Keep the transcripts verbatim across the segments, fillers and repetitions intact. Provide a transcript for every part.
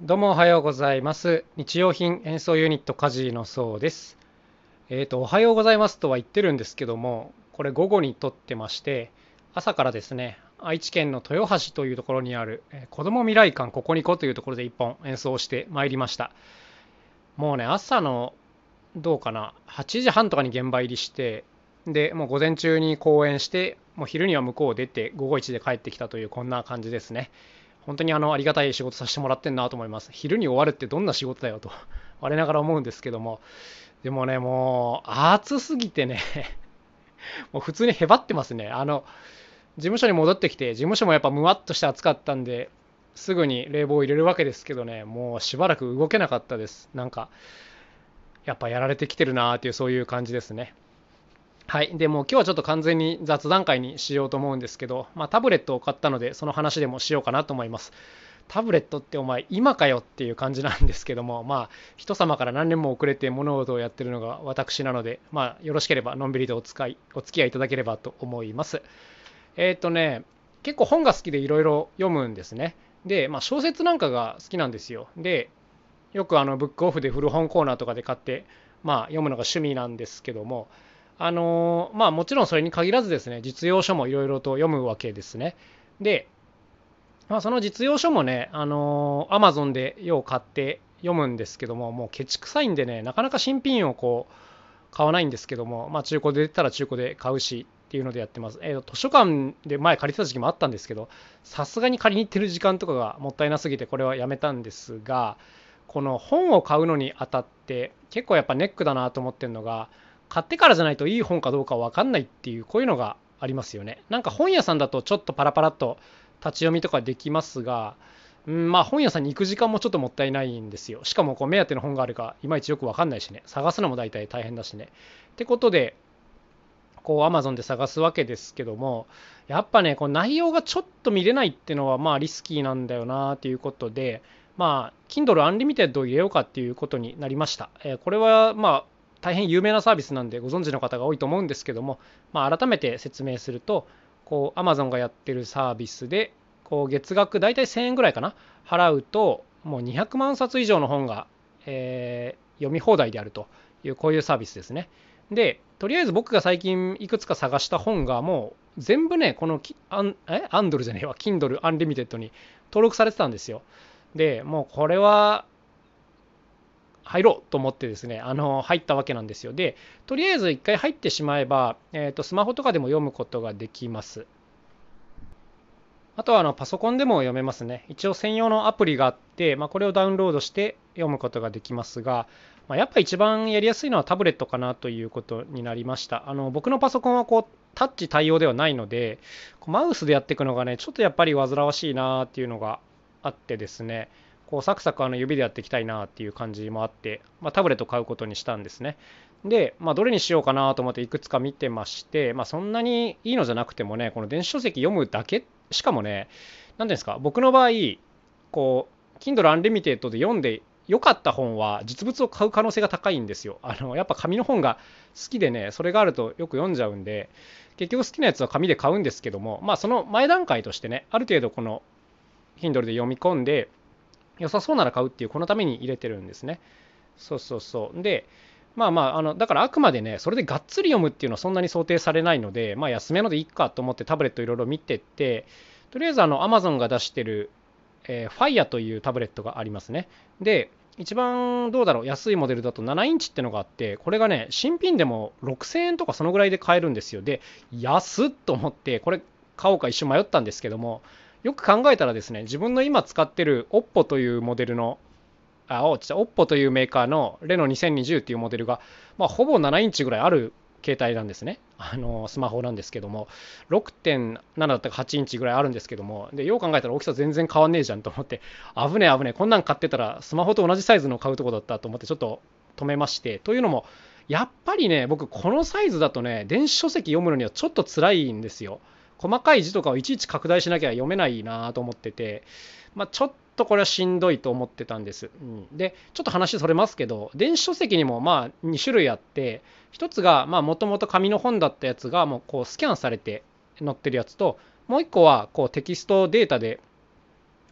どうもおはようございます。日用品演奏ユニットカジのそうです。えっと、おはようございますとは言ってるんですけども、これ午後に撮ってまして、朝からですね、愛知県の豊橋というところにある、えー子ども未来館ここにこというところで一本演奏してまいりました。もうね、朝のどうかな、はちじはんとかに現場入りして、で、もう午前中に公演して、もう昼には向こうを出て、午後いちで帰ってきたというこんな感じですね。本当にあのありがたい仕事させてもらってんなと思います。昼に終わるってどんな仕事だよと我ながら思うんですけども、でもね、もう暑すぎてねもう普通にへばってますね。あの事務所に戻ってきて、事務所もやっぱむわっとして暑かったんで、すぐに冷房を入れるわけですけどね、もうしばらく動けなかったです。なんかやっぱやられてきてるなーっていうそういう感じですね。はい。でもう今日はちょっと完全に雑談会にしようと思うんですけど、まあ、タブレットを買ったので、その話でもしようかなと思います。タブレットってお前今かよっていう感じなんですけども、まあ人様から何年も遅れて物事をやってるのが私なので、まあよろしければのんびりとお使いお付き合いいただければと思います。えっ、ー、とね、結構本が好きでいろいろ読むんですね。で、まあ小説なんかが好きなんですよ。で、よくあのブックオフで古本コーナーとかで買って、まあ読むのが趣味なんですけども、あのーまあもちろんそれに限らずですね、実用書もいろいろと読むわけですね。で、まあ、その実用書もね、あのー、Amazon でよう買って読むんですけども、もうケチくさいんでね、なかなか新品をこう買わないんですけども、まあ、中古で出たら中古で買うしっていうのでやってます。えーと、図書館で前借りてた時期もあったんですけど、さすがに借りに行ってる時間とかがもったいなすぎて、これはやめたんですが、この本を買うのにあたって、結構やっぱネックだなと思ってるのが、買ってからじゃないといい本かどうか分かんないっていう、こういうのがありますよね。なんか本屋さんだとちょっとパラパラっと立ち読みとかできますが、うん、まあ本屋さんに行く時間もちょっともったいないんですよ。しかもこう目当ての本があるかいまいちよく分かんないしね。探すのも大体大変だしね。ってことで、こう Amazon で探すわけですけども、やっぱね、こう内容がちょっと見れないっていうのはまあリスキーなんだよなっていうことで、まあ Kindle Unlimited を入れようかっていうことになりました。えーこれはまあ大変有名なサービスなんでご存知の方が多いと思うんですけども、まあ、改めて説明すると、こう Amazon がやってるサービスで、こう月額大体せんえんぐらいかな、払うと、もうにひゃくまん冊以上の本が、えー読み放題であるという、こういうサービスですね。で、とりあえず僕が最近いくつか探した本がもう全部ね、このきアンえアンドルじゃねえわ、Kindle Unlimited に登録されてたんですよ。で、もうこれは入ろうと思ってですね、あの入ったわけなんですよ。で、とりあえず一回入ってしまえば、えーと、スマホとかでも読むことができます。あとはあのパソコンでも読めますね。一応専用のアプリがあって、まあ、これをダウンロードして読むことができますが、まあ、やっぱ一番やりやすいのはタブレットかなということになりました。あの僕のパソコンはこうタッチ対応ではないので、マウスでやっていくのがね、ちょっとやっぱり煩わしいなっていうのがあってですね、こうサクサクあの指でやっていきたいなっていう感じもあって、まあ、タブレットを買うことにしたんですね。で、まあ、どれにしようかなと思っていくつか見てまして、まあ、そんなにいいのじゃなくてもね、この電子書籍読むだけ、しかもね、何ですか、僕の場合、こう、Kindle Unlimited で読んで良かった本は実物を買う可能性が高いんですよ。あの、やっぱ紙の本が好きでね、それがあるとよく読んじゃうんで、結局好きなやつは紙で買うんですけども、まあその前段階としてね、ある程度この Kindle で読み込んで、良さそうなら買うっていう、このために入れてるんですね。そうそうそう。で、まあまあ、あの、だからあくまでね、それでがっつり読むっていうのはそんなに想定されないので、まあ安めのでいいかと思ってタブレットいろいろ見てって、とりあえずあの、Amazon が出してる、えー、Fire というタブレットがありますね。で、一番どうだろう、安いモデルだとななインチってのがあって、これがね、新品でもろくせんえんとかそのぐらいで買えるんですよ。で、安っと思って、これ買おうか一瞬迷ったんですけども、よく考えたらですね、自分の今使ってる Oppo というモデルのあ、お、ちょ、Oppo というメーカーのレノにせんにじゅうっていうモデルが、まあ、ほぼななインチぐらいある携帯なんですね。あの、スマホなんですけども、ろくてんななだったかはちインチぐらいあるんですけども、で、よう考えたら大きさ全然変わんねえじゃんと思って、危ねえ危ねえ、こんなん買ってたらスマホと同じサイズの買うとこだったと思ってちょっと止めまして、というのも、やっぱりね、僕このサイズだとね、電子書籍読むのにはちょっと辛いんですよ。細かい字とかをいちいち拡大しなきゃ読めないなと思ってて、まあ、ちょっとこれはしんどいと思ってたんです。うん、で、ちょっと話それますけど、電子書籍にもまあに種類あって、一つがもともと紙の本だったやつがもうこうスキャンされて載ってるやつと、もう一個はこうテキストデータで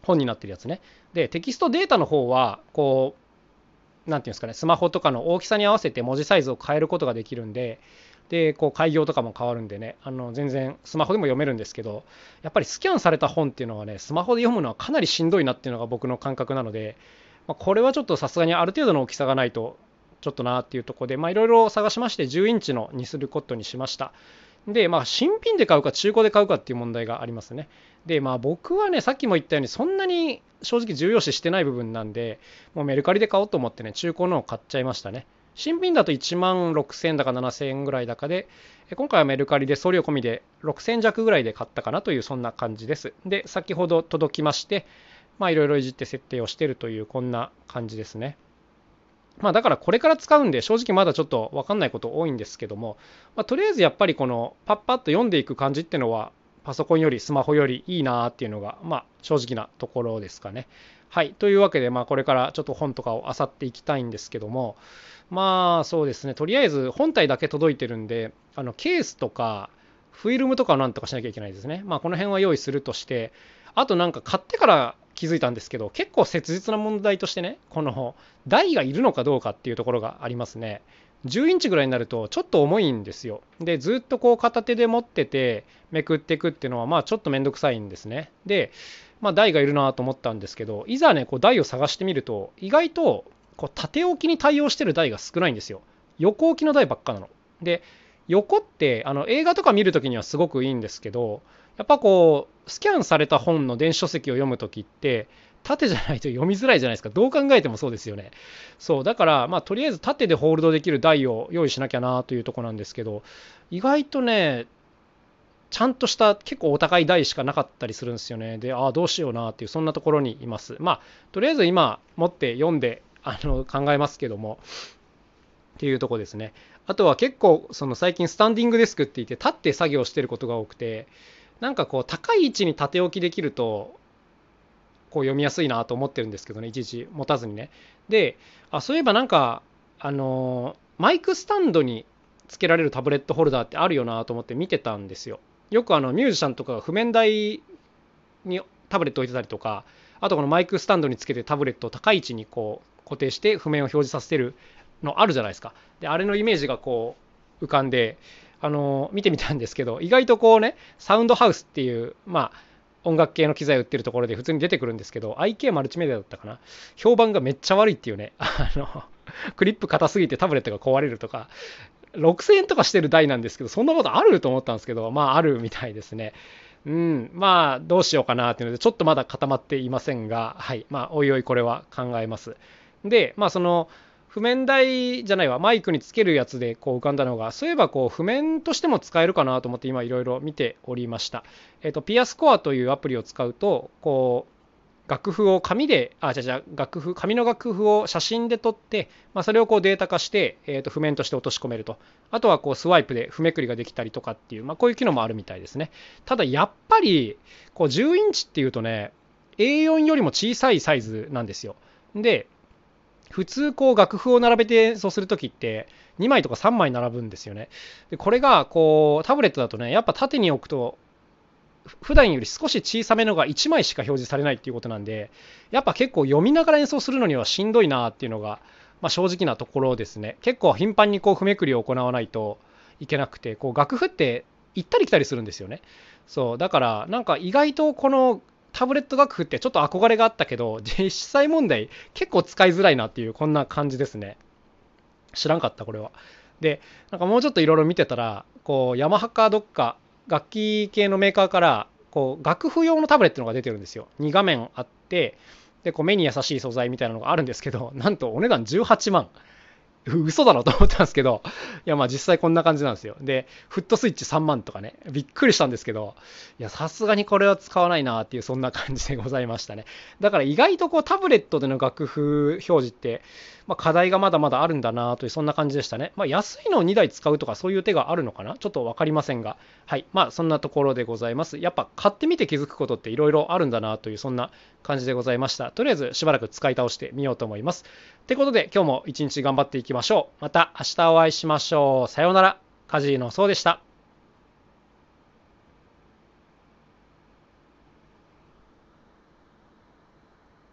本になってるやつね。で、テキストデータの方は、こう、なんていうんですかね、スマホとかの大きさに合わせて文字サイズを変えることができるんで、で、こう開業とかも変わるんでね、あの全然スマホでも読めるんですけど、やっぱりスキャンされた本っていうのはね、スマホで読むのはかなりしんどいなっていうのが僕の感覚なので、まあ、これはちょっとさすがにある程度の大きさがないと、ちょっとなっていうところで、まあいろいろ探しましてじゅうインチのにすることにしました。で、まあ新品で買うか中古で買うかっていう問題がありますね。で、まあ僕はね、さっきも言ったようにそんなに正直重要視してない部分なんで、もうメルカリで買おうと思ってね、中古のを買っちゃいましたね。新品だといちまんろくせんだかななせんえんぐらいだかで、今回はメルカリで送料込みでろくせん弱ぐらいで買ったかなというそんな感じです。で、先ほど届きまして、まあいろいろいじって設定をしているというこんな感じですね。まあだからこれから使うんで正直まだちょっと分かんないこと多いんですけども、まあ、とりあえずやっぱりこのパッパッと読んでいく感じっていうのはパソコンよりスマホよりいいなっていうのがまあ正直なところですかね。はい。というわけでまあこれからちょっと本とかを漁っていきたいんですけども、まあそうですね、とりあえず本体だけ届いてるんで、あのケースとかフィルムとかをなんとかしなきゃいけないですね。まあこの辺は用意するとして、あとなんか買ってから気づいたんですけど、結構切実な問題としてね、この台がいるのかどうかっていうところがありますね。じゅうインチぐらいになるとちょっと重いんですよ。で、ずっとこう片手で持っててめくっていくっていうのはまあちょっとめんどくさいんですね。で、まあ台がいるなと思ったんですけど、いざね、こう台を探してみると、意外とこう縦置きに対応してる台が少ないんですよ。横置きの台ばっかなの。で、横ってあの映画とか見るときにはすごくいいんですけど、やっぱこうスキャンされた本の電子書籍を読むときって縦じゃないと読みづらいじゃないですか。どう考えてもそうですよね。そうだからまあとりあえず縦でホールドできる台を用意しなきゃなというところなんですけど、意外とねちゃんとした結構お高い台しかなかったりするんですよね。で、ああどうしようなっていうそんなところにいます。まあとりあえず今持って読んであの考えますけどもっていうところですね。あとは結構その最近スタンディングデスクって言って立って作業してることが多くて、なんかこう高い位置に縦置きできるとこう読みやすいなと思ってるんですけどね、いちいち持たずにね。で、あ、そういえばなんかあのマイクスタンドにつけられるタブレットホルダーってあるよなと思って見てたんですよ。よくあのミュージシャンとかが譜面台にタブレット置いてたりとか、あとこのマイクスタンドにつけてタブレットを高い位置にこう固定して譜面を表示させてるのあるじゃないですか。で、あれのイメージがこう浮かんで、あの見てみたんですけど、意外とこうね、サウンドハウスっていう、まあ、音楽系の機材を売ってるところで普通に出てくるんですけど、アイケー マルチメディアだったかな、評判がめっちゃ悪いっていうね、あのクリップ硬すぎてタブレットが壊れるとか、ろくせんえんとかしてる台なんですけど、そんなことあると思ったんですけど、まああるみたいですね。うん、まあどうしようかなっていうので、ちょっとまだ固まっていませんが、はい、まあおいおいこれは考えます。で、まあその、譜面台じゃないわ、マイクにつけるやつでこう浮かんだのが、そういえばこう譜面としても使えるかなと思って今いろいろ見ておりました。えっと、ピアスコアというアプリを使うと、こう、楽譜を紙で、あ、じゃじゃ楽譜、紙の楽譜を写真で撮って、まあ、それをこうデータ化して、えー、と譜面として落とし込めると。あとはこうスワイプで譜めくりができたりとかっていう、まあ、こういう機能もあるみたいですね。ただやっぱり、こうじゅうインチっていうとね、エーよん よりも小さいサイズなんですよ。で、普通こう楽譜を並べて演奏するときってにまいとかさんまい並ぶんですよね。でこれがこうタブレットだとね、やっぱ縦に置くと普段より少し小さめのがいちまいしか表示されないっていうことなんで、やっぱ結構読みながら演奏するのにはしんどいなっていうのが、まあ、正直なところですね。結構頻繁にこう譜めくりを行わないといけなくて、こう楽譜って行ったり来たりするんですよね。そうだからなんか意外とこのタブレット楽譜ってちょっと憧れがあったけど、実際問題結構使いづらいなっていうこんな感じですね。知らんかったこれは。で、なんかもうちょっといろいろ見てたら、こうヤマハかどっか楽器系のメーカーからこう楽譜用のタブレットのが出てるんですよ。に画面あって、でこう目に優しい素材みたいなのがあるんですけど、なんとお値段じゅうはちまん。嘘だろと思ったんですけど、いやまあ実際こんな感じなんですよ。で、フットスイッチさんまんとかね、びっくりしたんですけど、いやさすがにこれは使わないなっていうそんな感じでございましたね。だから意外とこうタブレットでの楽譜表示って、まあ、課題がまだまだあるんだなというそんな感じでしたね。まあ安いのをにだい使うとかそういう手があるのかな、ちょっと分かりませんが、はい、まあそんなところでございます。やっぱ買ってみて気づくことっていろいろあるんだなというそんな感じでございました。とりあえずしばらく使い倒してみようと思います。ということで今日も一日頑張っていきましょう。また明日お会いしましょう。さようなら。カジノそうでした。